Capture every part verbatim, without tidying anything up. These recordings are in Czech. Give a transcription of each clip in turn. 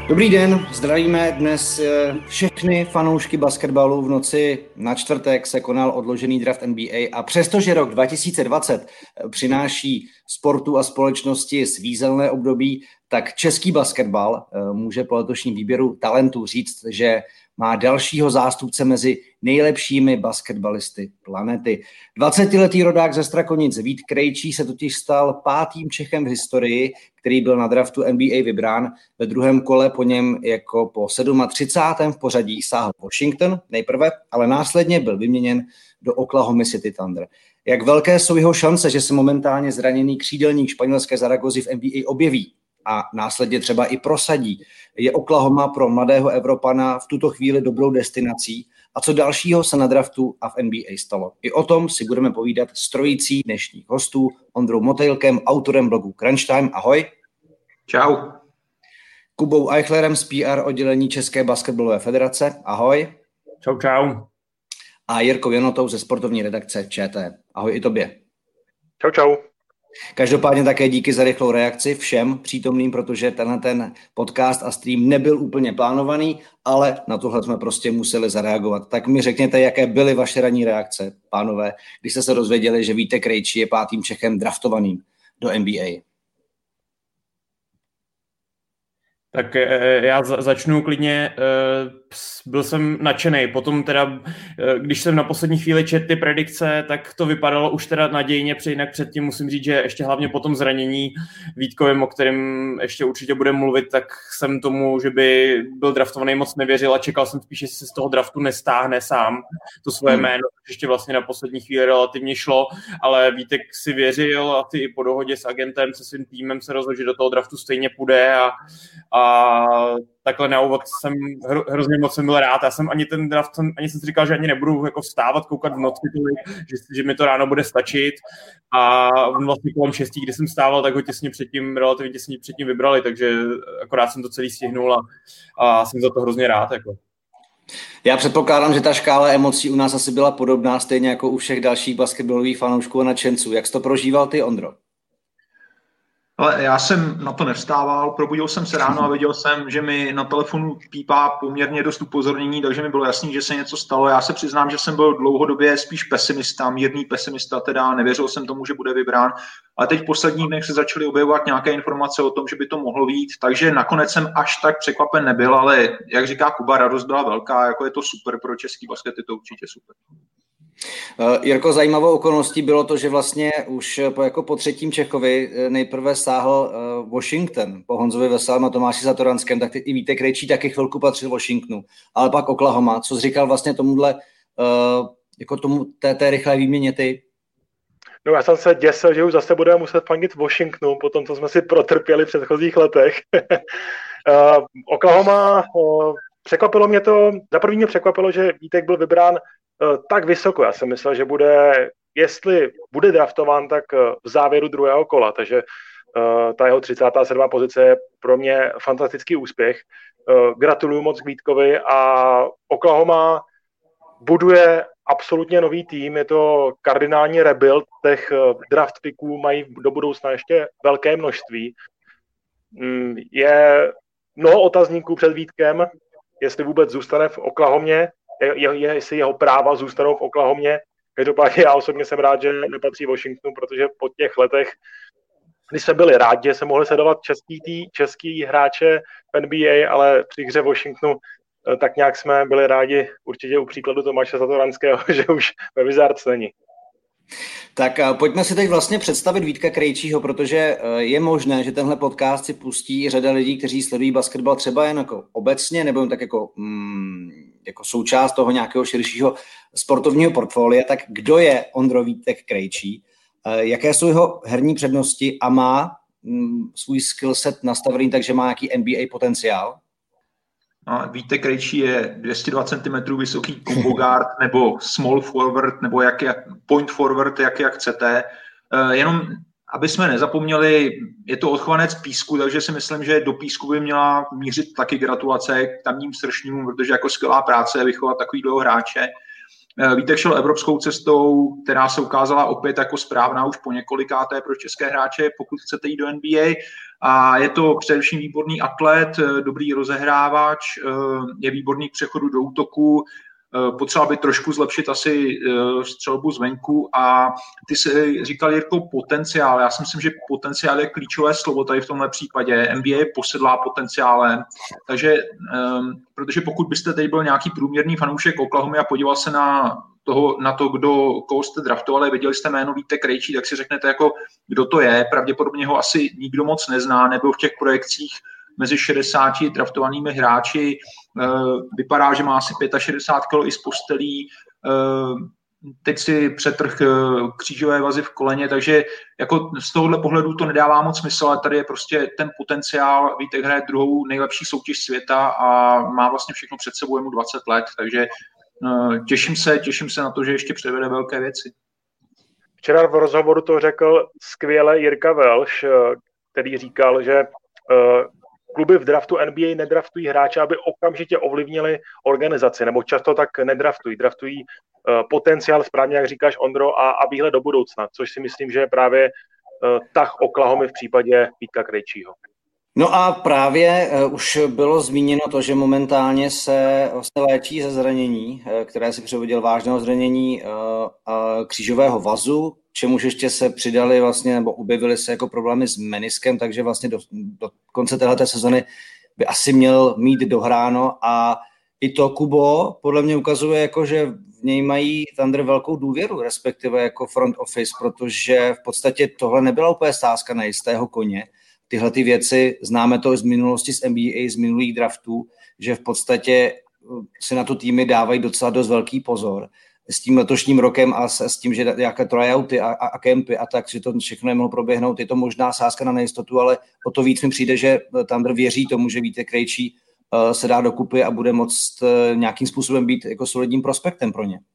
Dobrý den, zdravíme dnes všechny fanoušky basketbalu. V noci na čtvrtek se konal odložený draft N B A a přestože rok dva tisíce dvacet přináší sportu a společnosti svízelné období, tak český basketbal může po letošním výběru talentů říct, že má dalšího zástupce mezi nejlepšími basketbalisty planety. dvacetiletý rodák ze Strakonic Vít Krejčí se totiž stal pátým Čechem v historii, který byl na draftu N B A vybrán. Ve druhém kole po něm jako po třicátém sedmém v pořadí sáhl Washington nejprve, ale následně byl vyměněn do Oklahoma City Thunder. Jak velké jsou jeho šance, že se momentálně zraněný křídelník španělské Zaragosy v N B A objeví a následně třeba i prosadí? Je Oklahoma pro mladého Evropana v tuto chvíli dobrou destinací? A co dalšího se na draftu a v N B A stalo? I o tom si budeme povídat s trojicí dnešních hostů. Ondrou Motejlkem, autorem blogu Crunch Time. Ahoj. Čau. Kubou Eichlerem z P R oddělení České basketbalové federace. Ahoj. Čau, čau. A Jirkou Janotou ze sportovní redakce Č T. Ahoj i tobě. Čau, čau. Každopádně také díky za rychlou reakci všem přítomným, protože tenhle ten podcast a stream nebyl úplně plánovaný, ale na tohle jsme prostě museli zareagovat. Tak mi řekněte, jaké byly vaše ranní reakce, pánové, když jste se dozvěděli, že Vítek Krejčí je pátým Čechem draftovaným do N B A. Tak já začnu klidně. Byl jsem nadšenej. Potom teda, když jsem na poslední chvíli četl ty predikce, tak to vypadalo už teda nadějně, jinak předtím musím říct, že ještě hlavně po tom zranění Vítkovým, o kterém ještě určitě budeme mluvit, tak jsem tomu, že by byl draftovaný, moc nevěřil a čekal jsem spíš, že se z toho draftu nestáhne sám to svoje jméno, což ještě vlastně na poslední chvíli relativně šlo, ale Vítek si věřil a ty po dohodě s agentem, se svým týmem se rozhodl, že do toho draftu stejně půjde a, a takhle na úvod jsem hro, hrozně moc jsem byl rád. Já jsem ani ten draft, jsem, ani jsem si říkal, že ani nebudu jako vstávat, koukat v noci, že, že mi to ráno bude stačit. A vlastně kolem šestí, kdy jsem stával, tak ho těsně předtím, relativně těsně předtím vybrali, takže akorát jsem to celý stihnul a, a jsem za to hrozně rád. Jako. Já předpokládám, že ta škála emocí u nás asi byla podobná, stejně jako u všech dalších basketbalových fanoušků a nadšenců. Jak jsi to prožíval ty, Ondro? Ale já jsem na to nevstával, probudil jsem se ráno a viděl jsem, že mi na telefonu pípá poměrně dost upozornění, takže mi bylo jasný, že se něco stalo. Já se přiznám, že jsem byl dlouhodobě spíš pesimista, mírný pesimista, teda nevěřil jsem tomu, že bude vybrán. Ale teď v posledních dnech se začaly objevovat nějaké informace o tom, že by to mohlo být, takže nakonec jsem až tak překvapen nebyl, ale jak říká Kuba, radost byla velká, jako je to super pro český basket, je to určitě super. Uh, Jirko, zajímavou okolností bylo to, že vlastně už po, jako po třetím Čechovi nejprve sáhl uh, Washington po Honzovi Veselém a Tomáši Satoranském, tak i Vítek Krejčí taky chvilku patřil Washingtonu, ale pak Oklahoma. Co jsi říkal vlastně tomuhle, uh, jako tomu té, té rychlé výměně ty? No já jsem se děsil, že už zase budeme muset fandit Washingtonu po tom, co jsme si protrpěli v předchozích letech. uh, Oklahoma, uh, překvapilo mě to, za první mě překvapilo, že Vítek byl vybrán tak vysoko. Já jsem myslel, že bude, jestli bude draftován, tak v závěru druhého kola, takže uh, ta jeho třicátá sedmá pozice je pro mě fantastický úspěch. Uh, gratuluju moc k Vítkovi a Oklahoma buduje absolutně nový tým, je to kardinální rebuild, těch draft picků mají do budoucna ještě velké množství. Um, je mnoho otazníků před Vítkem, jestli vůbec zůstane v Oklahomě, Je, je, jestli jeho práva zůstanou v Oklahomě. Každopádně já osobně jsem rád, že nepatří Washingtonu, protože po těch letech, kdy jsme byli rádi, že se mohli sledovat český, tý, český hráče v N B A, ale při hře Washingtonu tak nějak jsme byli rádi určitě u příkladu Tomáše Satoranského, že už ve Wizards není. Tak pojďme si teď vlastně představit Vítka Krejčího, protože je možné, že tenhle podcast si pustí řada lidí, kteří sledují basketbal třeba jen jako obecně, nebo jen tak jako, mm, jako součást toho nějakého širšího sportovního portfolia. Tak kdo je Ondro Vítek Krejčí? Jaké jsou jeho herní přednosti a má mm, svůj skillset nastavený, takže má nějaký N B A potenciál? No, Vítek Krejčí je dvě stě dva centimetrů vysoký combo guard nebo small forward nebo jak, jak point forward, jak, jak chcete. Uh, jenom, aby jsme nezapomněli, je to odchovanec písku, takže si myslím, že do písku by měla mířit taky gratulace k tamním sršním, protože jako skvělá práce je vychovat takovýhle hráče. Vítek šel evropskou cestou, která se ukázala opět jako správná už po několikáté pro české hráče, pokud chcete jít do N B A. A je to především výborný atlet, dobrý rozehrávač, je výborný k přechodu do útoku, potřeba by trošku zlepšit asi střelbu zvenku a ty jsi říkal, Jirko, potenciál. Já si myslím, že potenciál je klíčové slovo tady v tomhle případě. N B A je posedlá potenciálem, takže protože pokud byste teď byl nějaký průměrný fanoušek Oklahomy a podíval se na, toho, na to, kdo, koho jste draftovali, viděli jste jméno Vítek Krejčí, tak si řeknete, jako, kdo to je. Pravděpodobně ho asi nikdo moc nezná, nebyl v těch projekcích mezi šedesáti draftovanými hráči. Vypadá, že má asi šedesát pět kilo i z postelí. Teď si přetrh křížové vazy v koleně, takže jako z tohohle pohledu to nedává moc smysl, ale tady je prostě ten potenciál. Vítek hraje druhou nejlepší soutěž světa a má vlastně všechno před sebou, je mu dvacet let, takže těším se, těším se na to, že ještě předvede velké věci. Včera v rozhovoru to řekl skvěle Jirka Welš, který říkal, že kluby v draftu N B A nedraftují hráče, aby okamžitě ovlivnili organizaci, nebo často tak nedraftují. Draftují uh, potenciál, správně jak říkáš, Ondro, a, a výhled do budoucna, což si myslím, že je právě uh, tah Oklahomy v případě Vítka Krejčího. No a právě uh, už bylo zmíněno to, že momentálně se vlastně léčí ze zranění, uh, které si přivodil vážného zranění uh, uh, křížového vazu, čemuž ještě se přidali vlastně, nebo objevily se jako problémy s meniskem, takže vlastně do, do konce téhleté sezony by asi měl mít dohráno a i to Kubo podle mě ukazuje, jako, že v něj mají Thunder velkou důvěru, respektive jako front office, protože v podstatě tohle nebyla úplně sázka na jistého koně. Tyhle ty věci, známe to z minulosti z N B A, z minulých draftů, že v podstatě si na to týmy dávají docela dost velký pozor. S tím letošním rokem a s, s tím, že nějaké tryouty a, a, a kempy a tak, že to všechno nemohlo proběhnout, je to možná sázka na nejistotu, ale o to víc mi přijde, že Thunder věří tomu, že Vítek Krejčí uh, se dá dokupy a bude moct uh, nějakým způsobem být jako solidním prospektem pro ně.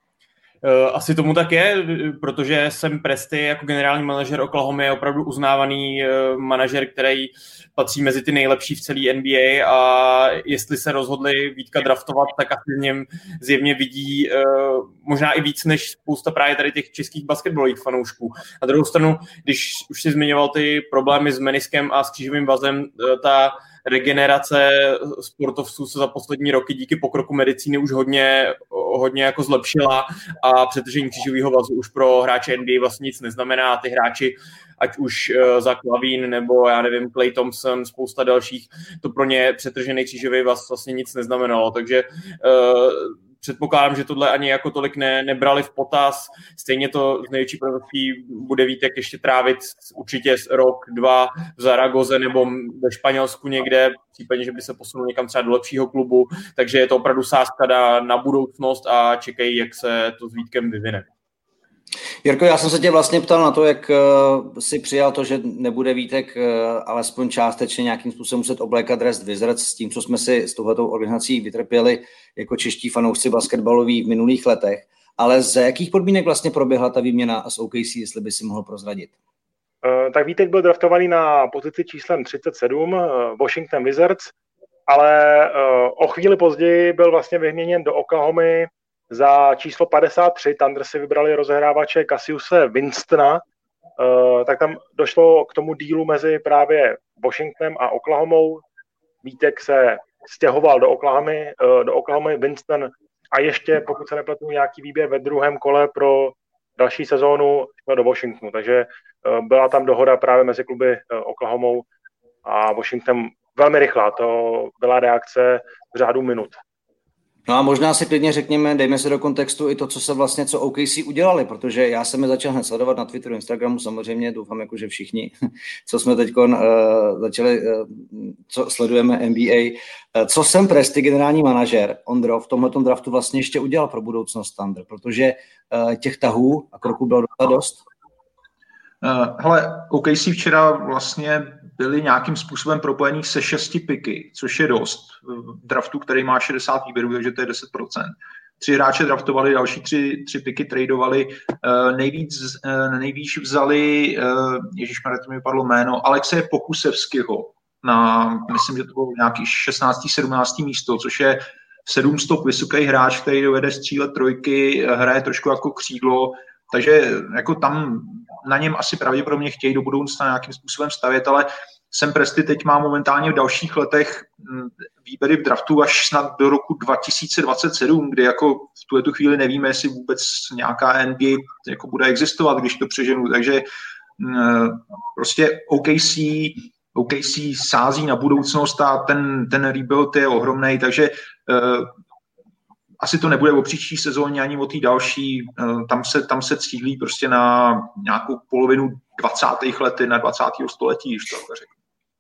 Asi tomu tak je, protože Sam Presti jako generální manažer Oklahomy je opravdu uznávaný manažer, který patří mezi ty nejlepší v celé N B A a jestli se rozhodli Vítka draftovat, tak asi v něm zjevně vidí možná i víc než spousta právě tady těch českých basketbalových fanoušků. Na druhou stranu, když už si zmiňoval ty problémy s meniskem a s křížovým vazem, ta regenerace sportovců se za poslední roky díky pokroku medicíny už hodně, hodně jako zlepšila a přetržení křížového vazu už pro hráče N B A vlastně nic neznamená. Ty hráči, ať už za Klavín nebo já nevím, Klay Thompson, spousta dalších, to pro ně přetržený křížový vaz vlastně nic neznamenalo. Takže uh, předpokládám, že tohle ani jako tolik ne, nebrali v potaz. Stejně to z největší pravděpodobností bude Vítek ještě trávit určitě rok, dva v Zaragoze nebo ve Španělsku někde, případně, že by se posunul někam třeba do lepšího klubu. Takže je to opravdu sázka na, na budoucnost a čekají, jak se to s Vítkem vyvine. Jirko, já jsem se tě vlastně ptal na to, jak uh, si přijal to, že nebude Vítek uh, alespoň částečně nějakým způsobem muset oblékat dres Wizards s tím, co jsme si s touhletou organizací vytrpěli jako čeští fanoušci basketbaloví v minulých letech. Ale za jakých podmínek vlastně proběhla ta výměna s O K C, jestli by si mohl prozradit? Uh, tak Vítek byl draftovaný na pozici číslem třicet sedm, uh, Washington Wizards, ale uh, o chvíli později byl vlastně vyměněn do Oklahomy za číslo padesát tři. Thunder si vybrali rozehrávače Cassiuse Winstona, uh, tak tam došlo k tomu dílu mezi právě Washingtonem a Oklahomou. Vítek se stěhoval do Oklahomy, uh, do Oklahomy Winston a ještě, pokud se nepletu, nějaký výběr ve druhém kole pro další sezónu do Washingtonu. Takže uh, byla tam dohoda právě mezi kluby uh, Oklahomou a Washingtonem velmi rychlá. To byla reakce v řádu minut. No a možná si klidně řekněme, dejme se do kontextu i to, co se vlastně, co O K C udělali, protože já jsem je začal hned sledovat na Twitteru, Instagramu, samozřejmě, doufám, jako, že všichni, co jsme teď uh, začali, uh, co sledujeme N B A. Uh, co Sam Presti, generální manažer, Ondro, v tomhletom draftu vlastně ještě udělal pro budoucnost Thunder, protože uh, těch tahů a kroků bylo dost. Uh, hele, O K C včera vlastně byli nějakým způsobem propojení se šesti piky, což je dost. V draftu, který má šedesát výběrů, takže to je deset procent. Tři hráče draftovali, další tři, tři piky tradovali. Uh, nejvíc, uh, nejvíc vzali, uh, ježišmarja, to mi vypadlo jméno, Alexeje Pokusevského na, myslím, že to bylo nějaký šestnácté sedmnácté místo, což je sedm stop vysoký hráč, který dovede střílet trojky, hraje trošku jako křídlo, takže jako tam na něm asi pravděpodobně chtějí do budoucna nějakým způsobem stavět, ale Sam Presti teď má momentálně v dalších letech výběry v draftu až snad do roku dva tisíce dvacet sedm, kdy jako v tuhle tu chvíli nevíme, jestli vůbec nějaká N B A jako bude existovat, když to přeženu, takže prostě O K C, O K C sází na budoucnost a ten, ten rebuild je ohromnej, takže uh, asi to nebude o příští sezóně ani o té další, uh, tam se, tam se cílí prostě na nějakou polovinu dvacátých let na dvacátého století, když to řeknu.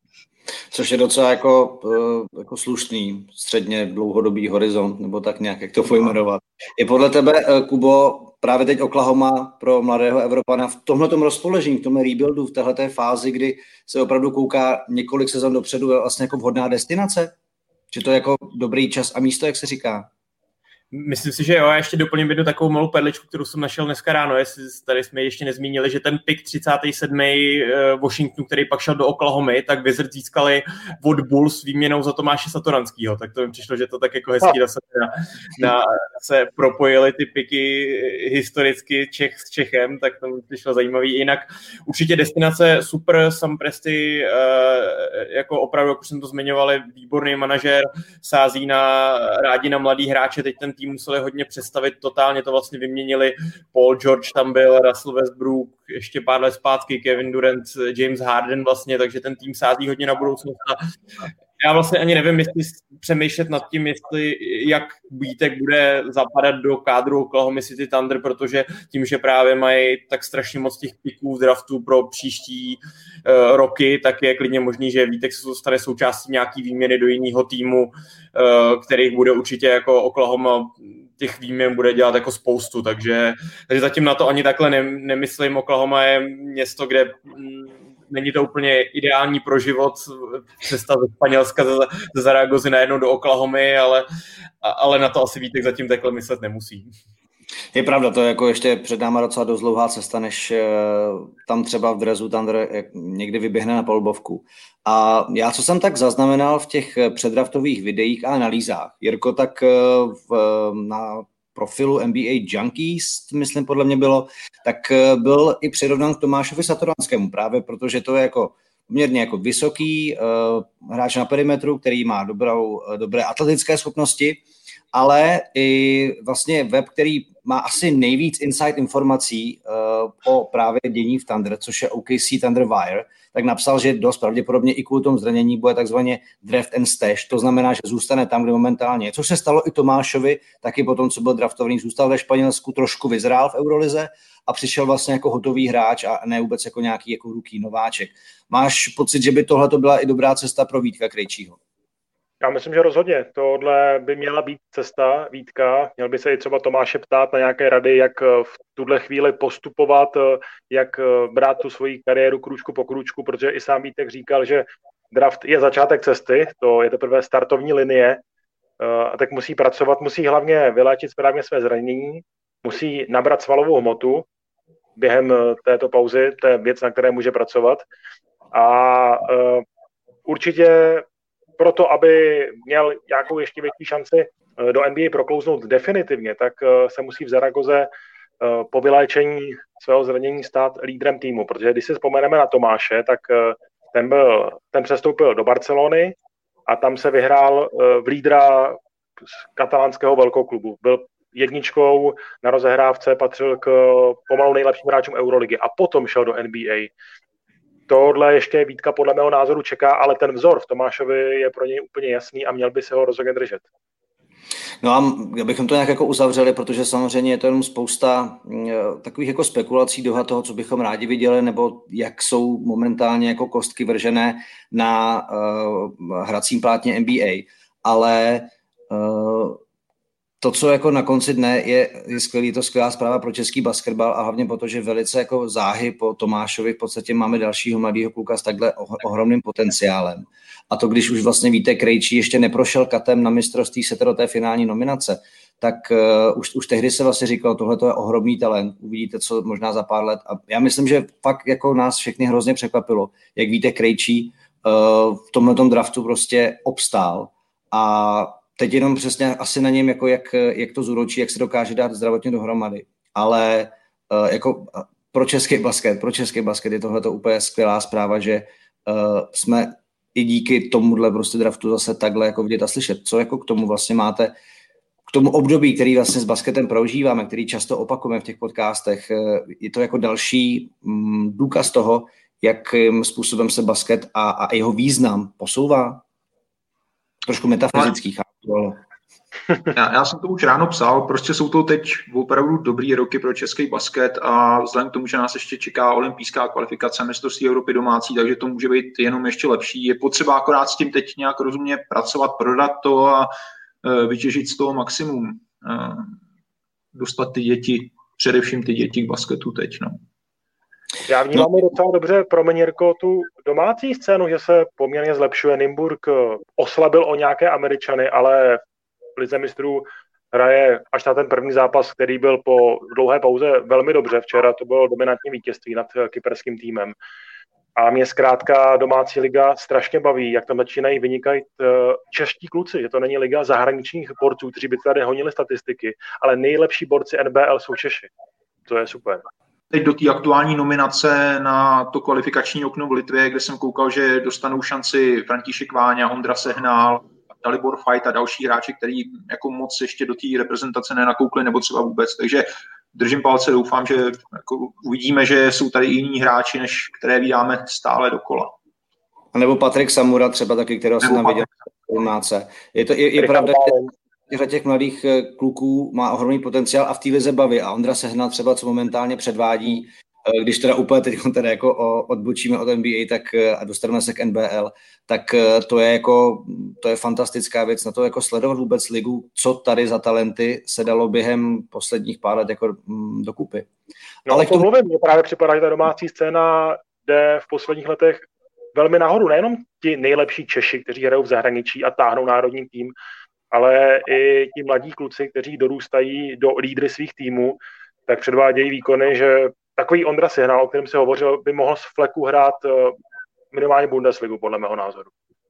Což je docela jako, jako slušný středně dlouhodobý horizont, nebo tak nějak, jak to pojmenovat. Je podle tebe, Kubo, právě teď Oklahoma pro mladého Evropana v tomhletom rozpoložení, v tomhle rebuildu, v téhleté fázi, kdy se opravdu kouká několik sezon dopředu, je vlastně jako vhodná destinace? Či to je jako dobrý čas a místo, jak se říká? Myslím si, že jo, já ještě doplním jednu takovou malou perličku, kterou jsem našel dneska ráno, jestli tady jsme ještě nezmínili, že ten pick třicátého sedmého Washingtonu, který pak šel do Oklahomy, tak Wizards získali od Bulls výměnou za Tomáše Satoranského, tak to mi přišlo, že to tak jako hezký zase na, na, se propojili ty piky historicky Čech s Čechem, tak to mi přišlo zajímavý. Jinak určitě destinace super, Sam Presti, jako opravdu, jak už jsem to zmiňovali, výborný manažer, sází na rádi na mladý hráče, teď ten tým museli hodně přestavit, totálně to vlastně vyměnili, Paul George tam byl, Russell Westbrook, ještě pár let zpátky, Kevin Durant, James Harden vlastně, takže ten tým sází hodně na budoucnost. Já vlastně ani nevím, jestli přemýšlet nad tím, jestli jak Vítek bude zapadat do kádru Oklahoma City Thunder, protože tím, že právě mají tak strašně moc těch piků v draftu pro příští uh, roky, tak je klidně možný, že Vítek se stane součástí nějaký výměny do jiného týmu, uh, kterých bude určitě jako Oklahoma, těch výměn bude dělat jako spoustu, takže, takže zatím na to ani takhle ne, nemyslím. Oklahoma je město, kde mm, není to úplně ideální pro život, cesta ze Španělska, ze, ze Zaragozy najednou do Oklahomy, ale, ale na to asi Vítek zatím takhle myslet nemusí. Je pravda, to je jako ještě před náma docela dost dlouhá cesta, než tam třeba v dresu Thunder někdy vyběhne na palubovku. A já, co jsem tak zaznamenal v těch předdraftových videích a analýzách, Jirko, tak v, na profilu N B A Junkies, myslím podle mě bylo, tak byl i přirovnán k Tomášovi Satoranskému, právě protože to je jako poměrně jako vysoký uh, hráč na perimetru, který má dobrou, dobré atletické schopnosti, ale i vlastně web, který má asi nejvíc inside informací uh, o právě dění v Thunder, což je O K C Thunder Wire, tak napsal, že dost pravděpodobně i kvůli tomu zranění bude takzvaně draft and stash, to znamená, že zůstane tam, kde momentálně je. Což se stalo i Tomášovi, taky potom, co byl draftovaný, zůstal ve Španělsku, trošku vyzrál v Eurolize a přišel vlastně jako hotový hráč a ne vůbec jako nějaký jako rookie nováček. Máš pocit, že by tohle to byla i dobrá cesta pro Vítka Krejčího? Já myslím, že rozhodně. Tohle by měla být cesta Vítka. Měl by se i třeba Tomáše ptát na nějaké rady, jak v tuhle chvíli postupovat, jak brát tu svoji kariéru krůčku po krůčku, protože i sám Vítek říkal, že draft je začátek cesty, to je teprve startovní linie, a tak musí pracovat, musí hlavně vyléčit správně své zranění, musí nabrat svalovou hmotu během této pauzy, to je věc, na které může pracovat. A uh, určitě proto, aby měl nějakou ještě větší šanci do N B A proklouznout definitivně, tak se musí v Zaragoze po vyléčení svého zranění stát lídrem týmu, protože když si vzpomeneme na Tomáše, tak ten, byl, ten přestoupil do Barcelony a tam se vyhrál v lídra z katalánského velkoklubu. Byl jedničkou na rozehrávce, patřil k pomalu nejlepším hráčům Euroligy a potom šel do N B A. Tohle ještě Vítka podle mého názoru čeká, ale ten vzor v Tomášovi je pro něj úplně jasný a měl by se ho rozhodně držet. No a abychom to nějak jako uzavřeli, protože samozřejmě je to jenom spousta takových jako spekulací doha toho, co bychom rádi viděli, nebo jak jsou momentálně jako kostky vržené na uh, hracím plátně N B A. Ale uh, to, co jako na konci dne je, je skvělý, to skvělá zpráva pro český basketbal a hlavně proto, že velice jako záhy po Tomášovi v podstatě máme dalšího mladého kluka s takhle ohromným potenciálem. A to, když už vlastně Vítek Krejčí ještě neprošel katem na mistrovství světa do té finální nominace, tak uh, už, už tehdy se vlastně říkalo, tohle to je ohromný talent, uvidíte, co možná za pár let. A já myslím, že fakt jako nás všechny hrozně překvapilo, jak Vítek Krejčí uh, v tomhletom draftu prostě obstál a teď jenom přesně asi na něm, jako jak, jak to zúročí, jak se dokáže dát zdravotně dohromady. Ale uh, jako pro český basket, pro český basket je tohleto úplně skvělá zpráva, že uh, jsme i díky tomuhle prostě draftu zase takhle jako vidět a slyšet. Co jako k tomu vlastně máte, k tomu období, který vlastně s basketem prožíváme, který často opakujeme v těch podcastech, je to jako další mm, důkaz toho, jakým způsobem se basket a, a jeho význam posouvá? Trošku metafyzický chápu, ale... Já, já jsem to už ráno psal, prostě jsou to teď opravdu dobrý roky pro český basket a vzhledem k tomu, že nás ještě čeká olympijská kvalifikace mistrovství Evropy domácí, takže to může být jenom ještě lepší. Je potřeba akorát s tím teď nějak rozumně pracovat, prodat to a uh, vytěžit z toho maximum. Uh, dostat ty děti, především ty děti k basketu teď, no. Já vnímám no. docela dobře, promiň Jirko, tu domácí scénu, že se poměrně zlepšuje. Nymburk oslabil o nějaké Američany, ale v lize mistrů hraje až na ten první zápas, který byl po dlouhé pauze velmi dobře. Včera to bylo dominantní vítězství nad kyperským týmem. A mě zkrátka domácí liga strašně baví, jak tam začínají vynikají čeští kluci. Že to není liga zahraničních borců, kteří by tady honili statistiky, ale nejlepší borci N B L jsou Češi. To je super. Teď do té aktuální nominace na to kvalifikační okno v Litvě, kde jsem koukal, že dostanou šanci František Váňa, Ondra Sehnal, Dalibor Fajt a další hráči, který jako moc ještě do té reprezentace nenakoukli nebo třeba vůbec. Takže držím palce, doufám, že jako uvidíme, že jsou tady i jiní hráči, než které vydáme stále dokola. A nebo Patrik Samura třeba taky, kterého jsem tam viděl v Domáce. Je, to, je, je pravda, že těch mladých kluků má ohromný potenciál a v té lize baví. A Ondra Sehnal třeba, co momentálně předvádí, když teda úplně teď teda jako odbočíme od N B A tak, a dostaneme se k N B L, tak to je jako, to je fantastická věc na to jako sledovat vůbec ligu, co tady za talenty se dalo během posledních pár let jako dokupy. No ale k tomu mluvím, mě právě připadá, že ta domácí scéna jde v posledních letech velmi nahoru. Nejenom ti nejlepší Češi, kteří hrajou v zahraničí a táhnou národní tým, ale i ti mladí kluci, kteří dorůstají do lídry svých týmů, tak předvádějí výkony, že takový Ondra Sehnal, o kterém se hovořil, by mohl z fleku hrát minimálně Bundesligu, podle mého názoru.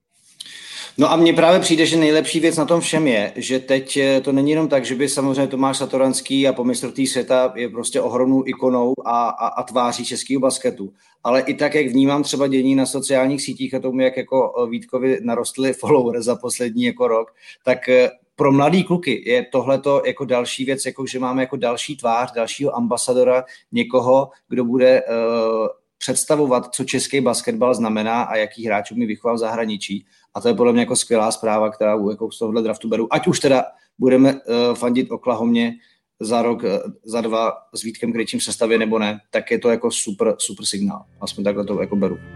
No a mně právě přijde, že nejlepší věc na tom všem je, že teď to není jenom tak, že by samozřejmě Tomáš Satoranský a po mistrovství světa je prostě ohromnou ikonou a, a, a tváří českého basketu, ale i tak, jak vnímám třeba dění na sociálních sítích a tomu, jak jako Vítkovi narostly follower za poslední jako rok, tak pro mladý kluky je tohleto jako další věc, jako že máme jako další tvář, dalšího ambasadora, někoho, kdo bude uh, představovat, co český basketbal znamená a jaký hráčů mi vychová v zahraničí. A to je podle mě jako skvělá zpráva, která jako z tohohle draftu beru. Ať už teda budeme uh, fandit Oklahomě za rok, uh, za dva s Vítkem Krejčím v sestavě nebo ne, tak je to jako super, super signál. Aspoň takhle to jako beru.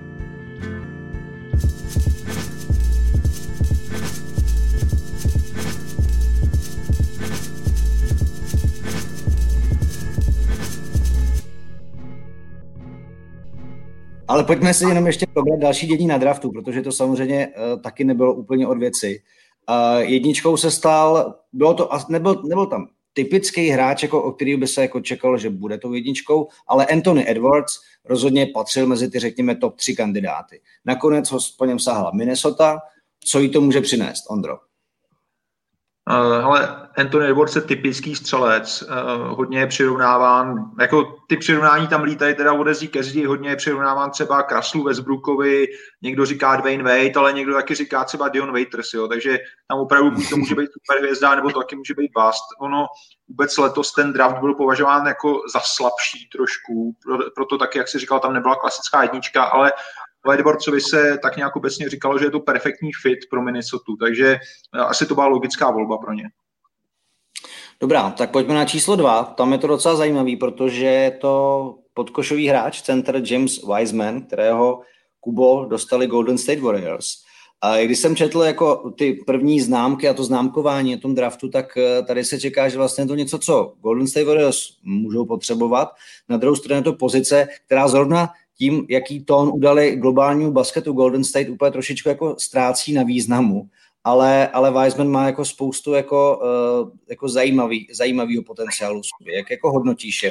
Ale pojďme si jenom ještě probrat další dění na draftu, protože to samozřejmě uh, taky nebylo úplně od věci. Uh, jedničkou se stal, bylo to, nebyl, nebyl tam typický hráč, jako, o který by se jako čekalo, že bude tou jedničkou, ale Anthony Edwards rozhodně patřil mezi ty, řekněme, top tři kandidáty. Nakonec ho po něm sahala Minnesota. Co jí to může přinést, Ondro? Uh, hele, Anthony Edwards je typický střelec, uh, hodně je přirovnáván, jako ty přirovnání tam lítají teda ode zdi ke zdi, hodně je přirovnáván třeba k Russellu Westbrookovi, někdo říká Dwayne Wade, ale někdo taky říká třeba Dion Waiters, jo, takže tam opravdu buď to může být super hvězda, nebo to taky může být bust. Ono vůbec letos ten draft byl považován jako za slabší trošku, proto taky, jak jsi říkal, tam nebyla klasická jednička, ale o Edwardsovi se tak nějak obecně říkalo, že je to perfektní fit pro Minnesota, takže asi to byla logická volba pro ně. Dobrá, tak pojďme na číslo dva. Tam je to docela zajímavý, protože je to podkošový hráč, center James Wiseman, kterého, Kubo, dostali Golden State Warriors. A když jsem četl jako ty první známky a to známkování o tom draftu, tak tady se čeká, že vlastně je to něco, co Golden State Warriors můžou potřebovat. Na druhou stranu je to pozice, která zrovna tím, jaký tón udali globálnímu basketu Golden State, úplně trošičku jako ztrácí na významu, ale, ale Wiseman má jako spoustu jako, uh, jako zajímavý, zajímavýho potenciálu v sobě. Jak jako hodnotíš jeho?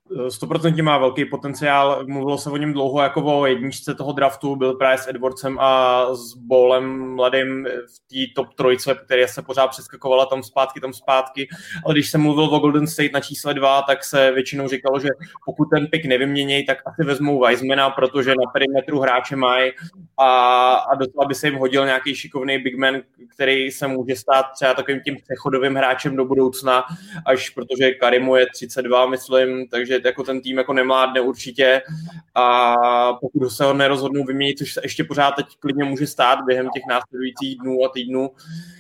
stoprocentně má velký potenciál, mluvilo se o něm dlouho jako o jedničce toho draftu, byl právě s Edwardsem a s Ballem mladým v té top trojce, které se pořád přeskakovala tam zpátky, tam zpátky, ale když se mluvil o Golden State na čísle dva, tak se většinou říkalo, že pokud ten pick nevyměnějí, tak asi vezmou Wisemana, protože na perimetru hráče mají a, a do toho by se jim hodil nějaký šikovný big man, který se může stát třeba takovým tím přechodovým hráčem do budoucna, až protože Karimu je třicet dva, myslím, takže jako ten tým jako nemládne určitě a pokud se ho nerozhodnou vyměnit, což se ještě pořád teď klidně může stát během těch následujících dnů a týdnů,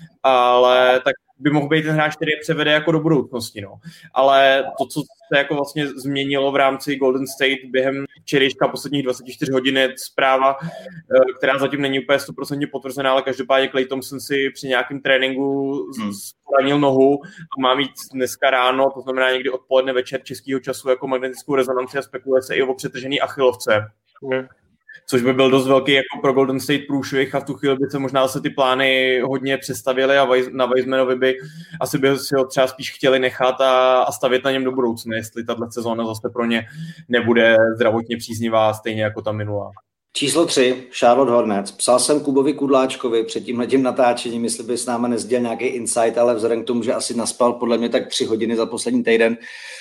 ale tak by mohl být ten hráč, který je převede jako do budoucnosti, no. Ale to, co se jako vlastně změnilo v rámci Golden State během včerejška posledních dvacet čtyři hodin je zpráva, která zatím není úplně sto procent potvrzená, ale každopádně Klay Thompson si při nějakém tréninku hmm. zranil nohu a má mít dneska ráno, to znamená někdy odpoledne večer českého času jako magnetickou rezonanci a spekuluje se i o přetažený achilovce. Hmm. Což by byl dost velký jako pro Golden State průšvih a v tu chvíli by se možná se ty plány hodně přestavily a na Wisemanovi by asi by si ho třeba spíš chtěli nechat a, a stavět na něm do budoucna, jestli tato sezóna zase pro ně nebude zdravotně příznivá stejně jako ta minulá. Číslo tři, Charlotte Hornets. Psal jsem Kubovi Kudláčkovi před tímhletím natáčením, jestli by s námi nezdělal nějaký insight, ale vzhledem k tomu, že asi naspal podle mě tak tři hodiny za poslední týden,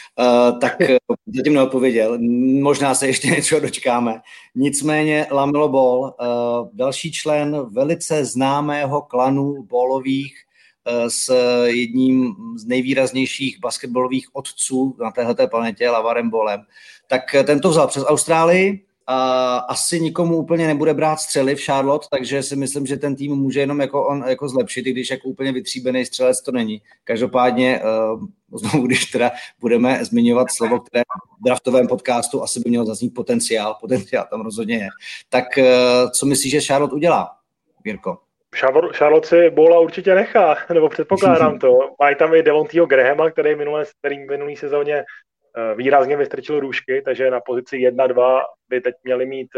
uh, tak uh, zatím neodpověděl. Možná se ještě něčeho dočkáme. Nicméně Lamelo Ball, uh, další člen velice známého klanu ballových uh, s jedním z nejvýraznějších basketbalových otců na téhleté planetě, Lavarem Ballem, tak ten to vzal přes Austrálii. A asi nikomu úplně nebude brát střely v Charlotte, takže si myslím, že ten tým může jenom jako on jako zlepšit, i když jako úplně vytříbený střelec to není. Každopádně, uh, znovu, když teda budeme zmiňovat slovo, které v draftovém podcastu asi by mělo zaznít potenciál, potenciál tam rozhodně je. Tak uh, co myslíš, že Charlotte udělá, Jirko? Charlotte si Balla určitě nechá, nebo předpokládám to. Mají tam i Devontyho Grahama, který minulé, který minulý sezóně výrazně vystrčil růžky, takže na pozici jedna dva by teď měli mít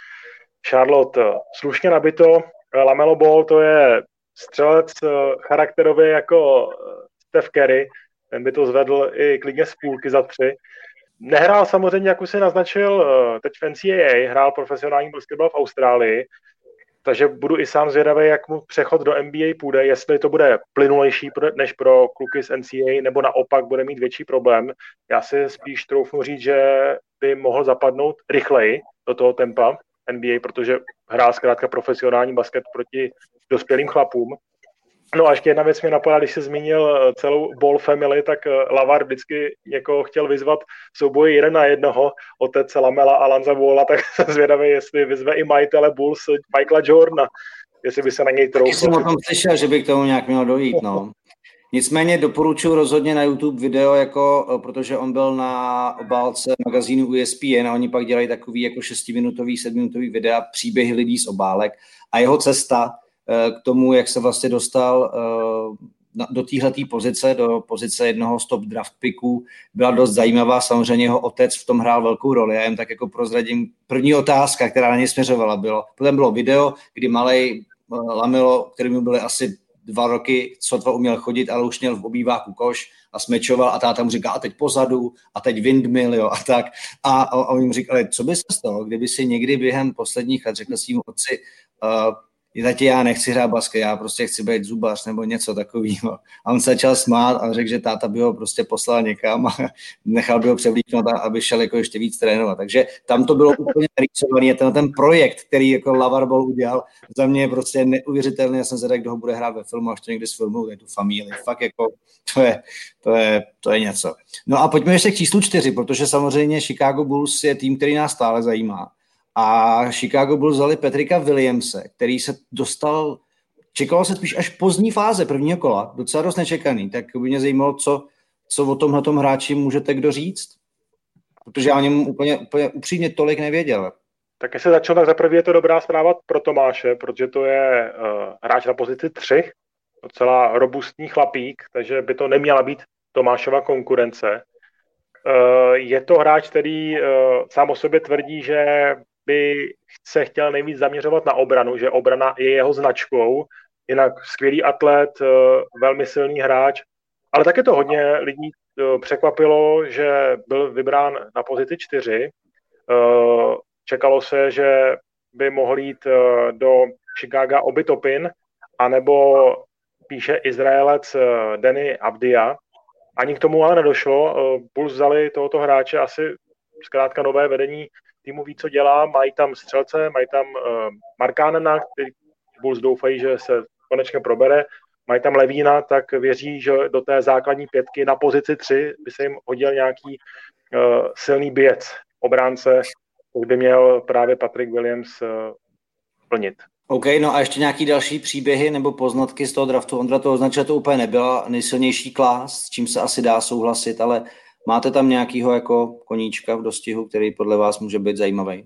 Charlotte slušně nabito. Lamelo Ball to je střelec charakterově jako Steph Curry, ten by to zvedl i klidně z půlky za tři. Nehrál samozřejmě, jak už si naznačil, teď v N C A A, hrál profesionální basketbal v Austrálii, takže budu i sám zvědavý, jak mu přechod do N B A půjde, jestli to bude plynulejší než pro kluky z N C A A, nebo naopak bude mít větší problém. Já si spíš troufnu říct, že by mohl zapadnout rychleji do toho tempa N B A, protože hrál zkrátka profesionální basket proti dospělým chlapům. No a ještě jedna věc mě napadá, když se zmínil celou Ball family, tak Lavar vždycky jako chtěl vyzvat souboj jeden na jednoho, otec Lamela a Lonza Balla, tak jsem zvědavý, jestli vyzve i majitele Bulls Michaela Jordana, jestli by se na něj troufl. Jsem o tom slyšel, že by k tomu nějak mělo dojít, no. Nicméně doporučuji rozhodně na YouTube video, jako, protože on byl na obálce magazínu U S P N a oni pak dělají takový jako šestiminutový, sedmiminutový videa, příběhy lidí z obálek a jeho cesta k tomu, jak se vlastně dostal do téhleté pozice, do pozice jednoho z top draft picků, byla dost zajímavá. Samozřejmě jeho otec v tom hrál velkou roli. Já jen tak jako prozradím. První otázka, která na něj směřovala, bylo, potom bylo video, kdy malej Lamelo, kterému byly asi dva roky, sotva uměl chodit, ale už měl v obýváku koš a smečoval a táta mu říká, a teď pozadu, a teď windmill, jo, a tak. A, a oni mu říkali, co by se stalo, kdyby si někdy během posledních let řekl svým otci, uh, tati, já nechci hrát basket, já prostě chci být zubař nebo něco takového. A on se začal smát a řekl, že táta by ho prostě poslal někam a nechal by ho převlíknout, aby šel jako ještě víc trénovat. Takže tam to bylo úplně rýsovaný a ten, ten projekt, který jako Lavar Ball udělal, za mě je prostě neuvěřitelný. Já jsem se řekl, kdo ho bude hrát ve filmu, až to někdy sfilmují, tu familii. Fakt jako, to je, to je, to je něco. No a pojďme ještě k číslu čtyři, protože samozřejmě Chicago Bulls je tým, který nás stále zajímá. A Chicago Bulls vzali Patricka Williamse, který se dostal, čekalo se spíš až pozdní fáze prvního kola, docela dost nečekaný, tak by mě zajímalo, co, co o tomhletom hráči můžete kdo říct, protože já o něm úplně, úplně upřímně tolik nevěděl. Tak jestli začal, tak zaprvé je to dobrá zpráva pro Tomáše, protože to je uh, hráč na pozici tři, docela robustní chlapík, takže by to neměla být Tomášova konkurence. Uh, je to hráč, který uh, sám o sobě tvrdí, že by se chtěl nejvíc zaměřovat na obranu, že obrana je jeho značkou, jinak skvělý atlet, velmi silný hráč, ale také to hodně lidí překvapilo, že byl vybrán na pozici čtyři. Čekalo se, že by mohl jít do Chicaga Obi Toppin, anebo píše Izraelec Danny Avdia. Ani k tomu ale nedošlo. Bulls vzali tohoto hráče, asi zkrátka nové vedení týmu ví, co dělá. Mají tam střelce, mají tam Markkanena, který Bulls doufají, že se konečně probere. Mají tam Levína, tak věří, že do té základní pětky na pozici tři by se jim hodil nějaký uh, silný bijec, obránce, který by měl právě Patrick Williams uh, plnit. OK, no a ještě nějaký další příběhy nebo poznatky z toho draftu? Ondra to označil, to úplně nebyla nejsilnější klás, s čím se asi dá souhlasit, ale máte tam nějakýho jako koníčka v dostihu, který podle vás může být zajímavý?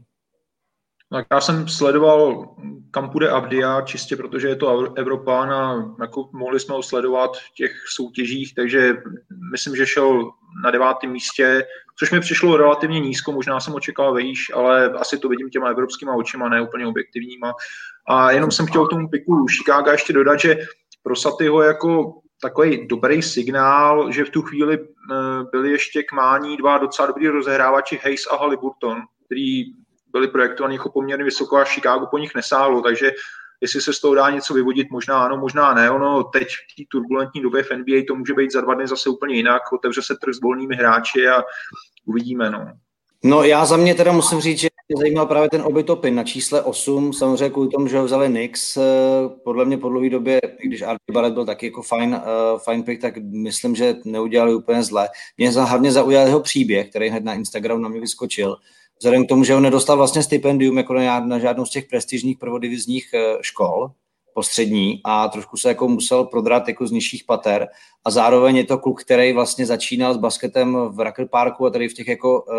Tak já jsem sledoval, kam půjde Avdia, čistě protože je to Evropán a jako mohli jsme ho sledovat v těch soutěžích, takže myslím, že šel na devátém místě, což mi přišlo relativně nízko, možná jsem očekával výš, ale asi to vidím těma evropskýma očima, ne úplně objektivníma. A jenom jsem chtěl k tomu piku Chicaga ještě dodat, že pro Satyho jako takový dobrý signál, že v tu chvíli byli ještě k mání dva docela dobrý rozehrávači Hayes a Haliburton, který byli projektovaní jako poměrně vysoko a Chicago po nich nesáhlo, takže jestli se z toho dá něco vyvodit, možná ano, možná ne. Ono teď v té turbulentní době v N B A to může být za dva dny zase úplně jinak, otevře se trh s volnými hráči a uvidíme. No. No já za mě teda musím říct, že mě zajímal právě ten Obi Toppin na čísle osm, samozřejmě kvůli tomu, že ho vzali Knicks, podle mě po dlouhé době, i když R J Barrett byl taky jako fajn, uh, fajn pick, tak myslím, že neudělali úplně zle. Mě hlavně zaujal jeho příběh, který hned na Instagram na mě vyskočil, vzhledem k tomu, že on nedostal vlastně stipendium jako na, na žádnou z těch prestižních prvodivizních škol postřední a trošku se jako musel prodrat jako z nižších pater a zároveň je to kluk, který vlastně začínal s basketem v Rucker Parku a tady v těch jako uh,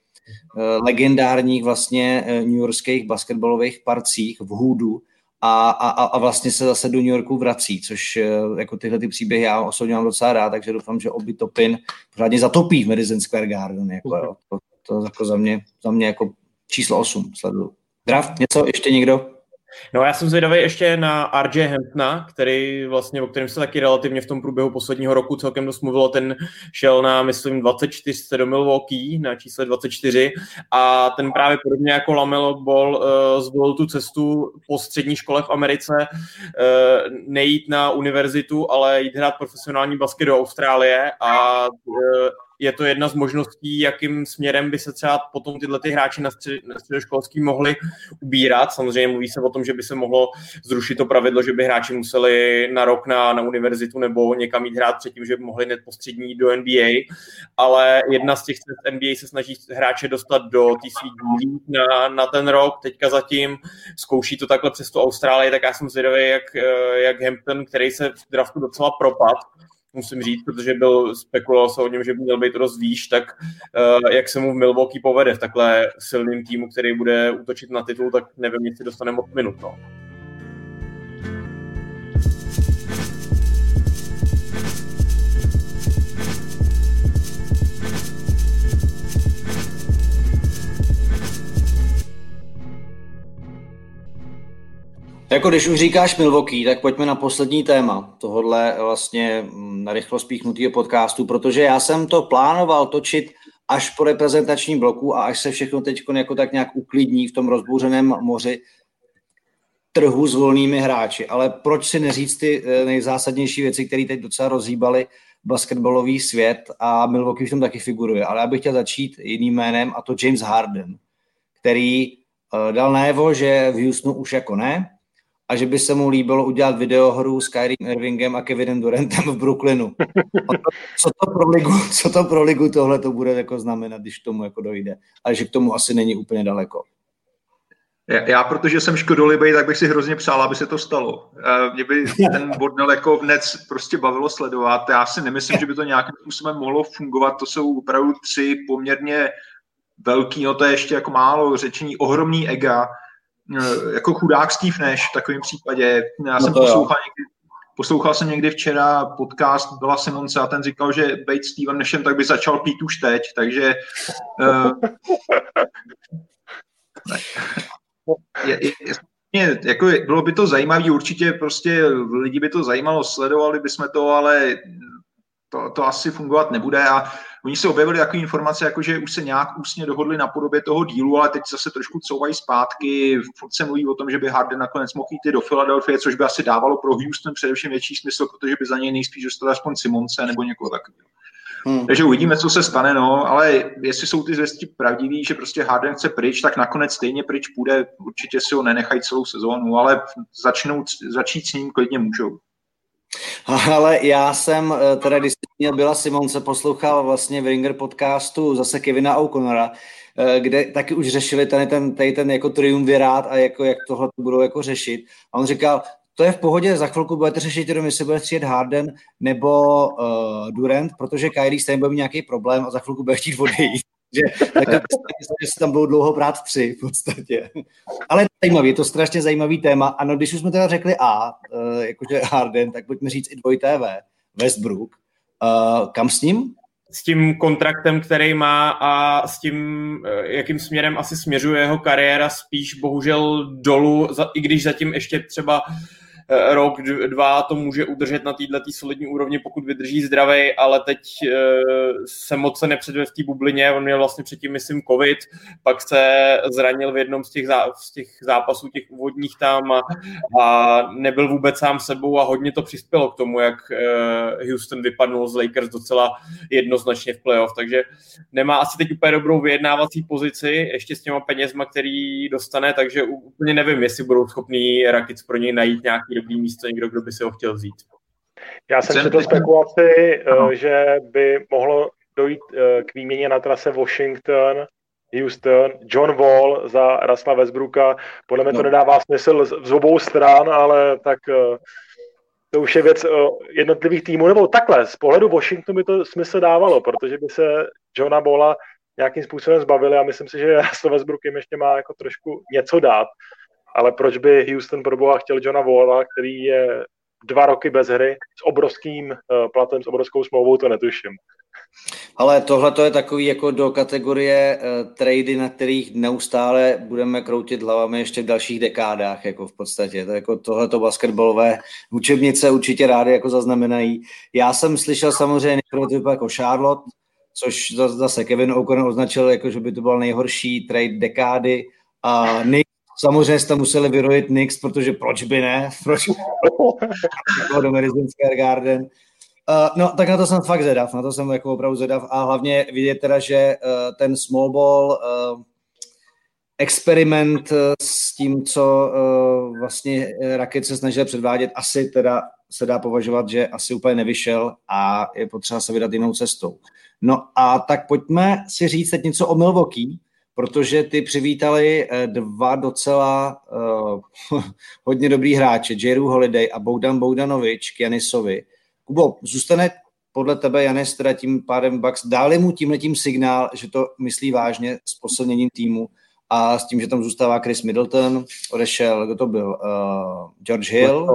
uh, legendárních vlastně uh, newyorských basketbalových parcích v Hoodu a, a, a vlastně se zase do New Yorku vrací, což uh, jako tyhle ty příběhy já osobně mám docela rád, takže doufám, že Obi Toppin pořádně zatopí v Madison Square Garden. Jako, jo. To, to jako za mě, za mě jako číslo osm sleduju. Draft, něco ještě někdo? No já jsem zvědavý ještě na R J Hamptona, který vlastně, o kterém se taky relativně v tom průběhu posledního roku celkem dost mluvilo, ten šel na, myslím, dvacet čtyři do Milwaukee, na čísle dvacet čtyři a ten právě podobně jako LaMelo Ball uh, zvolil tu cestu po střední škole v Americe, uh, nejít na univerzitu, ale jít hrát profesionální basket do Austrálie a uh, je to jedna z možností, jakým směrem by se třeba potom tyhle ty hráči na, střed, na středoškolský mohli ubírat. Samozřejmě mluví se o tom, že by se mohlo zrušit to pravidlo, že by hráči museli na rok na, na univerzitu nebo někam jít hrát předtím, že by mohli hned postřední do N B A, ale jedna z těch N B A se snaží hráče dostat do té svých dílí na, na ten rok. Teďka zatím zkouší to takhle přes tu Austrálii, tak já jsem zvědavý, jak, jak Hampton, který se v draftu docela propad, musím říct, protože byl spekuloval se o něm, že by měl být dost výš, tak uh, jak se mu v Milwaukee povede v takhle silným týmu, který bude útočit na titul, tak nevím, jestli dostane moc minut. No. Jako když už říkáš Milwaukee, tak pojďme na poslední téma tohodle vlastně na rychlo spíchnutýho podcastu, protože já jsem to plánoval točit až po reprezentačním bloku a až se všechno teď jako tak nějak uklidní v tom rozbouřeném moři trhu s volnými hráči. Ale proč si neříct ty nejzásadnější věci, které teď docela rozhýbaly basketbalový svět a Milwaukee v tom taky figuruje. Ale já bych chtěl začít jiným jménem a to James Harden, který dal najevo, že v Houstonu už jako ne, a že by se mu líbilo udělat videohru s Kyrie Irvingem a Kevinem Durantem v Brooklynu. Co to pro ligu, co to pro ligu tohle to bude jako znamenat, když k tomu jako dojde. Ale že k tomu asi není úplně daleko. Já, já protože jsem škodolibej, tak bych si hrozně přál, aby se to stalo. Mě by ten bordel jako hned prostě bavilo sledovat. Já si nemyslím, že by to nějakým způsobem mohlo fungovat. To jsou opravdu tři poměrně velký, no to je ještě jako málo řečení, ohromný ega, jako chudák Steve Nash v takovém případě. Já jsem no poslouchal, někdy, poslouchal jsem někdy včera podcast Billa Simonse a ten říkal, že být Stevem Nashem, tak by začal pít už teď, takže uh, je, je, je, jako bylo by to zajímavé, určitě prostě lidi by to zajímalo, sledovali bychom to, ale to, to asi fungovat nebude a oni se objevili takové informace, jako že už se nějak ústně dohodli na podobě toho dílu, ale teď zase trošku couvají zpátky. Furt se mluví o tom, že by Harden nakonec mohl jít do Philadelphie, což by asi dávalo pro Houston především větší smysl, protože by za něj nejspíš dostal aspoň Simonse nebo někoho takového. Hmm. Takže uvidíme, co se stane, no, ale jestli jsou ty zvěsti pravdivý, že prostě Harden chce pryč, tak nakonec stejně pryč půjde, určitě si ho nenechají celou sezónu, ale začnou, začít s ním klidně můžou. Ale já jsem, teda když jsem měl Billa Simonse, poslouchal vlastně v Ringer podcastu zase Kevina O'Connora, kde taky už řešili tady ten, tady ten jako triumvirát a jako, jak tohle budou jako řešit. A on říkal, to je v pohodě, za chvilku budete řešit, jenom jestli bude střílet Harden nebo uh, Durant, protože Kyrie stejně bude mít nějaký problém a za chvilku bude chtít odejít. Že, tak že se tam budou dlouho brát tři v podstatě. Ale je to zajímavý, je to strašně zajímavý téma. Ano, když už jsme teda řekli A, uh, jakože Harden, tak pojďme říct i dvojité V, Westbrook. Uh, kam s ním? S tím kontraktem, který má a s tím, jakým směrem asi směřuje jeho kariéra, spíš bohužel dolů, i když zatím ještě třeba rok, dva to může udržet na této solidní úrovni, pokud vydrží zdravej, ale teď se moc se nepředvedl v té bublině, on měl vlastně předtím, myslím, covid, pak se zranil v jednom z těch, zá, z těch zápasů, těch úvodních tam a, a nebyl vůbec sám sebou a hodně to přispělo k tomu, jak Houston vypadnul z Lakers docela jednoznačně v playoff, takže nemá asi teď úplně dobrou vyjednávací pozici, ještě s těma penězma, který dostane, takže úplně nevím, jestli budou schopní Rockets pro něj najít nějaký dobrý místo, někdo, kdo by si ho chtěl vzít. Já jsem četl spekulaci, ano. že by mohlo dojít k výměně na trase Washington, Houston, John Wall za Russella Westbrooka. Podle mě to no. nedává smysl z obou stran, ale tak to už je věc jednotlivých týmů. Nebo takhle, z pohledu Washingtonu by to smysl dávalo, protože by se Johna Walla nějakým způsobem zbavili a myslím si, že Russell Westbrook jim ještě má jako trošku něco dát. Ale proč by Houston pro boha chtěl Johna Walla, který je dva roky bez hry, s obrovským uh, platem, s obrovskou smlouvou, to netuším. Ale tohle to je takový jako do kategorie uh, trady, na kterých neustále budeme kroutit hlavami ještě v dalších dekádách, jako v podstatě. To jako tohleto basketbalové učebnice určitě rádi jako zaznamenají. Já jsem slyšel samozřejmě někdo jako Charlotte, což zase Kevin O'Connor označil, jako, že by to byl nejhorší trade dekády a Nick samozřejmě jste museli vyrojit Knicks, protože proč by ne? Proč do Madison Square Garden? Uh, no, tak na to jsem fakt zvědav, na to jsem jako opravdu zvědav a hlavně vidět teda, že uh, ten small ball uh, experiment uh, s tím, co uh, vlastně Rockets se snažil předvádět, asi teda se dá považovat, že asi úplně nevyšel a je potřeba se vydat jinou cestou. No a tak pojďme si říct teď něco o Milwaukee, protože ty přivítali dva docela uh, hodně dobrý hráče, Jrue Holiday a Bogdan Bogdanovič k Janisovi. Kubo, zůstane podle tebe Janis teda tím pádem Bucks, dáli mu tímhletím signál, že to myslí vážně s posilněním týmu a s tím, že tam zůstává Chris Middleton, odešel, kdo to byl, uh, George Hill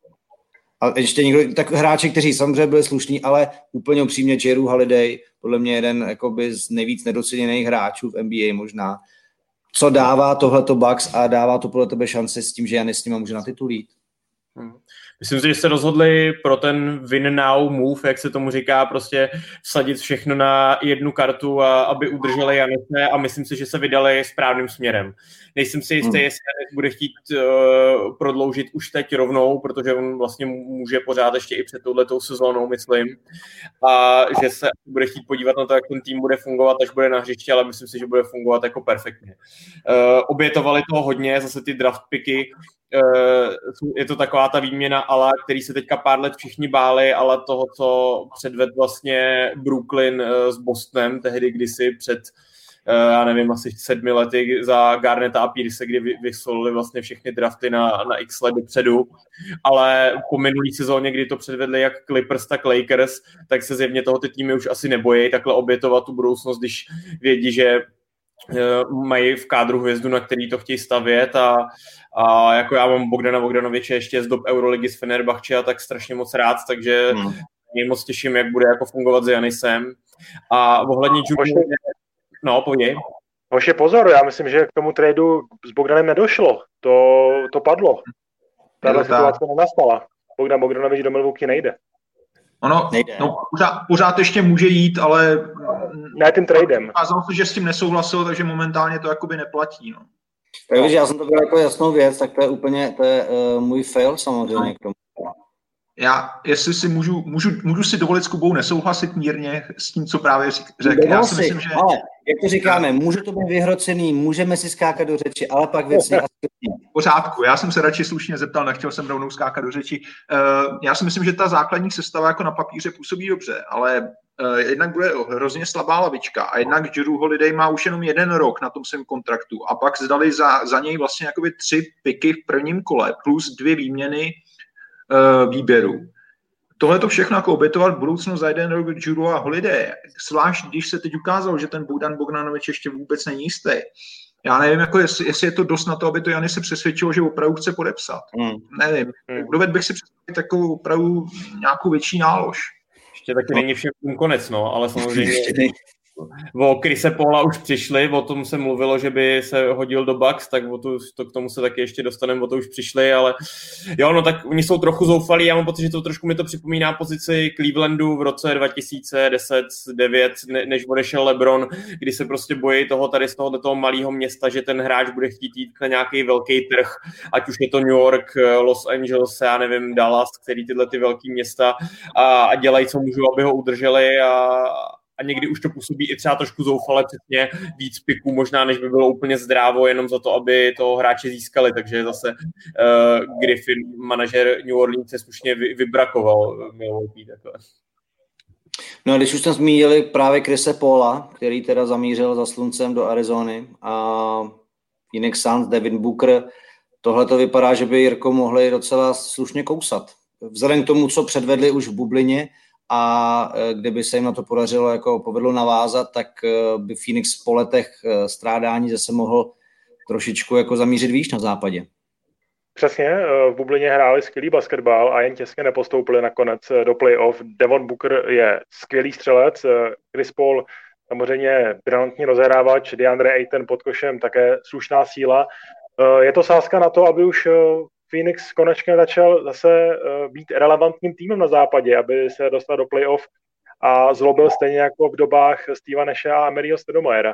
a ještě někdo, tak hráči, kteří samozřejmě byli slušní, ale úplně upřímně Jrue Holiday, podle mě jeden jakoby z nejvíc nedoceněných hráčů v N B A možná. Co dává tohleto Bucks a dává to podle tebe šance s tím, že Janis s nima může na titul jít? Hmm. Myslím si, že se rozhodli pro ten win now move, jak se tomu říká, prostě vsadit všechno na jednu kartu, a aby udrželi Janise a myslím si, že se vydali správným směrem. Nejsem si jistý, hmm. jestli Janis bude chtít uh, prodloužit už teď rovnou, protože on vlastně může pořád ještě i před touhletou sezónou, myslím, a že se bude chtít podívat na to, jak ten tým bude fungovat, až bude na hřišti, ale myslím si, že bude fungovat jako perfektně. Uh, obětovali toho hodně, zase ty draft picky, Uh, je to taková ta výměna ala, který se teďka pár let všichni báli, ale toho, co předvedl vlastně Brooklyn uh, s Bostonem, tehdy kdysi před, uh, já nevím, asi sedmi lety za Garneta a Pierce, kdy vy, vysolili vlastně všechny drafty na, na x let dopředu, ale po minulý sezóně, kdy to předvedli jak Clippers, tak Lakers, tak se zjevně toho ty týmy už asi nebojí takhle obětovat tu budoucnost, když vědí, že mají v kádru hvězdu, na který to chtějí stavět a, a jako já mám Bogdana Bogdanoviče ještě z dob Euroligy z Fenerbahče a tak strašně moc rád, takže hmm. mě moc těším, jak bude jako fungovat s Janisem. A ohledně Judy... No, pověď. Hoši, pozor, já myslím, že k tomu tradu s Bogdanem nedošlo. To, to padlo. Tato situace nenastala. Bogdan Bogdanovič do Milwaukee nejde. Ono, no, pořád, pořád ještě může jít, ale ne tím tradem. Ukázalo se, že s tím nesouhlasil, takže momentálně to jakoby neplatí. No. Takže já jsem to byl jako jasnou věc, tak to je úplně, to je uh, můj fail samozřejmě k tomu. Já, jestli si můžu, můžu, můžu si dovolit s Kubou nesouhlasit mírně s tím, co právě řekl. Já si myslím, že... Ale, jak to říkáme, může to být vyhrocený, můžeme si skákat do řeči, ale pak věci... V pořádku, já jsem se radši slušně zeptal, nechtěl jsem rovnou skákat do řeči. Uh, já si myslím, že ta základní sestava jako na papíře působí dobře, ale uh, jednak bude hrozně slabá lavička a jednak Jrue Holiday má už jenom jeden rok na tom svém kontraktu a pak zdali za, za něj vlastně jakoby tři piky v prvním kole plus dvě výměny výběru. Tohle to všechno jako obětovat budoucnost za jeden rok Jrue a Holiday, zvlášť když se teď ukázalo, že ten Bogdan Bogdanovič ještě vůbec není jistý. Já nevím, jako jestli, jestli je to dost na to, aby to Jany se přesvědčilo, že opravdu chce podepsat. Hmm. Nevím. Hmm. Dovedl bych si představit takovou opravdu nějakou větší nálož. Ještě taky není všem konec, no, ale samozřejmě o Chrise Paula už přišli, o tom se mluvilo, že by se hodil do Bucks, tak o to, to k tomu se taky ještě dostaneme, o to už přišli, ale jo, no tak oni jsou trochu zoufalí, já mám pocit, že to trošku mi to připomíná pozici Clevelandu v roce dva tisíce deset devět, ne, než odešel LeBron, kdy se prostě bojí toho tady z tohoto toho malého města, že ten hráč bude chtít jít na nějaký velký trh, ať už je to New York, Los Angeles, já nevím, Dallas, který tyhle ty velký města a, a dělají, co můžou, aby ho udrželi a a někdy už to působí i třeba trošku zoufale, přesně víc piků možná, než by bylo úplně zdrávo, jenom za to, aby toho hráče získali, takže zase uh, Griffin, manažer New Orleans, se slušně vy, vybrakoval Milwaukee takhle. No a když už jsme zmínili právě Chrise Paula, který teda zamířil za sluncem do Arizony a Phoenix Suns, Devin Booker, tohle to vypadá, že by Jirko mohli docela slušně kousat. Vzhledem k tomu, co předvedli už v bublině, a kdyby se jim na to podařilo, jako povedlo navázat, tak by Phoenix po letech strádání zase mohl trošičku jako zamířit výš na západě. Přesně, v bublině hráli skvělý basketbal a jen těsně nepostoupili nakonec do playoff. Devon Booker je skvělý střelec, Chris Paul samozřejmě brilantní rozehrávač, DeAndre Ayton pod košem také slušná síla. Je to sázka na to, aby už Phoenix konečně začal zase být relevantním týmem na západě, aby se dostal do playoff a zlobil stejně jako v dobách Steva Nashe a Emeryho Stoudemirea.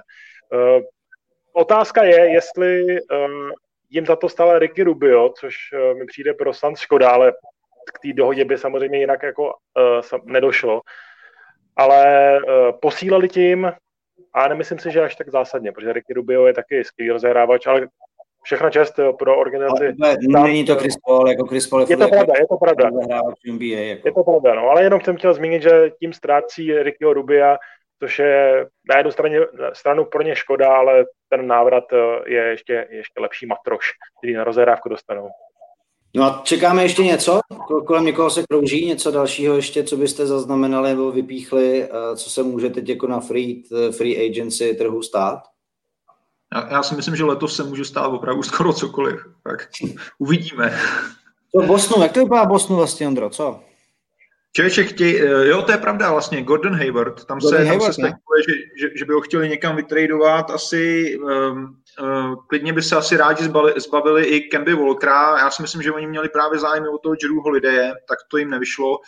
Otázka je, jestli jim za to stala Ricky Rubio, což mi přijde pro Suns škoda, ale k té dohodě by samozřejmě jinak jako nedošlo. Ale posílali tím a nemyslím si, že až tak zásadně, protože Ricky Rubio je taky skvělý rozehrávač, ale všechna čest pro organizaci. Není to Chris Paul, jako Chris Paul je, je to pravda, je to pravda. N B A, jako. Je to pravda, no, ale jenom jsem chtěl zmínit, že tím ztrácí Rickyho Rubia, což je na jednu straně, stranu pro ně škoda, ale ten návrat je ještě, ještě lepší matroš, který na rozehrávku dostanou. No a čekáme ještě něco? Kolem někoho se krouží něco dalšího ještě, co byste zaznamenali nebo vypíchli, co se může teď jako na free, free agency trhu stát? Já, já si myslím, že letos se může stát opravdu skoro cokoliv. Tak uvidíme. Co Bostonu? Jak to vypadá Bostonu vlastně, Ondro? Co? Člověče, chtěj, jo, to je pravda vlastně, Gordon Hayward, tam Gordon se, Hayward, tam se spekuluje, že, že, že by ho chtěli někam vytradovat, asi um, uh, klidně by se asi rádi zbavili, zbavili i Kemby Walkera, já si myslím, že oni měli právě zájem o toho Jrue Holidaye, tak to jim nevyšlo.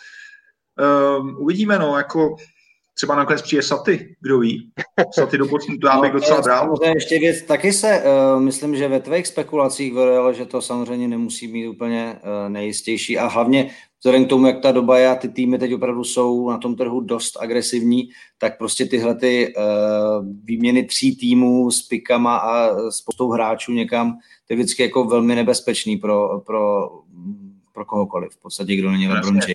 Um, uvidíme, no, jako třeba nakonec přijde Saty, kdo ví. Saty do Bostonu, to já bych no, docela bral. Ještě věc, taky se, uh, myslím, že ve tvých spekulacích vedelo, že to samozřejmě nemusí být úplně uh, nejistější a hlavně vzhledem k tomu, jak ta doba je a ty týmy teď opravdu jsou na tom trhu dost agresivní, tak prostě tyhle ty uh, výměny tří týmů s pikama a spoustou hráčů někam, to je vždycky jako velmi nebezpečný pro, pro, pro kohokoliv. V podstatě, kdo není LeBron James.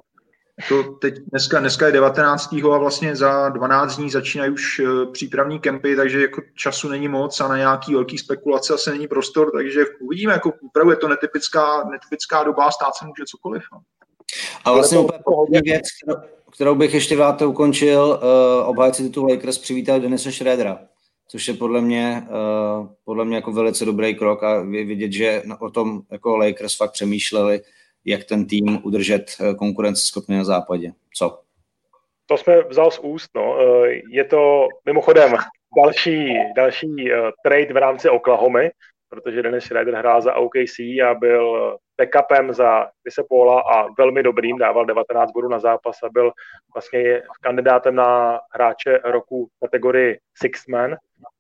To teď dneska, dneska je devatenáctého a vlastně za dvanáct dní začínají už přípravní kempy, takže jako času není moc a na nějaký velký spekulace asi není prostor, takže uvidíme, jako opravdu je to netypická, netypická doba, stát se může cokoliv. No. A vlastně úplně poslední věc, kterou bych ještě rád ukončil, uh, obhájci titulu Lakers přivítali Denise Schrödera, což je podle mě, uh, podle mě jako velice dobrý krok a vidět, že o tom jako Lakers fakt přemýšleli, jak ten tým udržet konkurenceschopný na západě. Co? To jsme vzal z úst. No. Je to mimochodem další, další trade v rámci Oklahomy, protože Dennis Schroeder hrál za O K C a byl backupem za Chrisse Paula a velmi dobrým, dával devatenáct bodů na zápas a byl vlastně kandidátem na hráče roku v kategorii Sixth Man.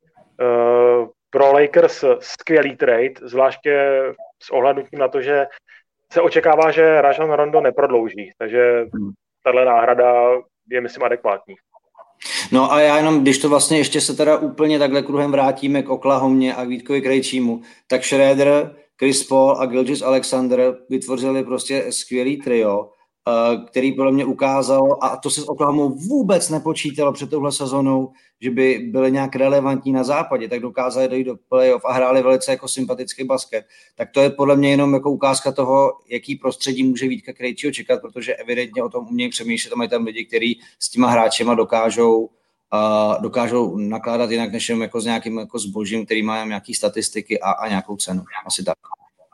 Pro Lakers skvělý trade, zvláště s ohlednutím na to, že se očekává, že Rajon Rondo neprodlouží, takže tahle náhrada je, myslím, adekvátní. No a já jenom, když to vlastně ještě se teda úplně takhle kruhem vrátíme k Oklahomě a k Vítkovi Krejčímu, tak Schroeder, Chris Paul a Gilgeous-Alexander vytvořili prostě skvělý trio, který podle mě ukázalo, a to se s Oklahomou vůbec nepočítalo před touhle sezónou, že by byly nějak relevantní na západě, tak dokázali dojít do playoff a hráli velice jako sympatický basket. Tak to je podle mě jenom jako ukázka toho, jaký prostředí může Vítka Krejčího čekat, protože evidentně o tom umějí přemýšlet a mají tam lidi, kteří s těma hráčema dokážou, uh, dokážou nakládat jinak než jako s nějakým jako zbožím, který má nějaký statistiky a, a nějakou cenu. Asi tak.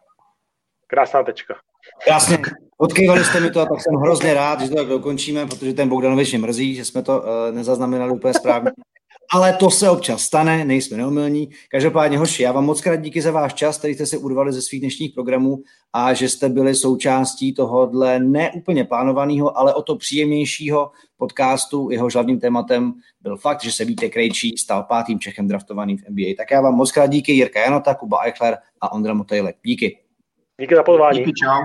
Krásná tečka. Jasně, odkývali jste mi to a tak jsem hrozně rád, že to tak dokončíme, protože ten Bogdanovič mě mrzí, že jsme to uh, nezaznamenali úplně správně. Ale to se občas stane, nejsme neomylní. Každopádně, hoši, já vám moc krát díky za váš čas, který jste si urvali ze svých dnešních programů a že jste byli součástí tohohle neúplně plánovaného, ale o to příjemnějšího podcastu. Jeho hlavním tématem byl fakt, že se Vítek Krejčí stal pátým Čechem draftovaným v N B A. Tak já vám moc krát díky, Jirka Janota, Kuba Eichler a Ondra Motejlek. Díky. Díky za pozvání. Díky, čau.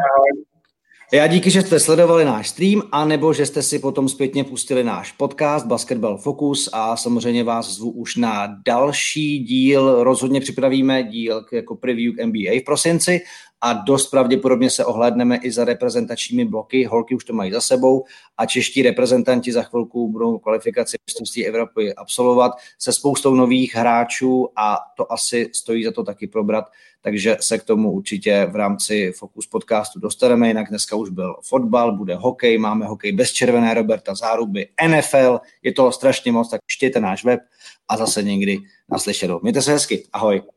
Já díky, že jste sledovali náš stream, anebo že jste si potom zpětně pustili náš podcast Basketball Focus a samozřejmě vás zvu už na další díl. Rozhodně připravíme díl jako preview k N B A v prosinci a dost pravděpodobně se ohlédneme i za reprezentačními bloky. Holky už to mají za sebou a čeští reprezentanti za chvilku budou kvalifikaci mistrovství Evropy absolvovat se spoustou nových hráčů a to asi stojí za to taky probrat, takže se k tomu určitě v rámci Focus podcastu dostaneme, jinak dneska už byl fotbal, bude hokej, máme hokej bez červené Roberta Záruby, N F L, je toho strašně moc, tak čtěte náš web a zase někdy naslyšenou. Mějte se hezky, ahoj.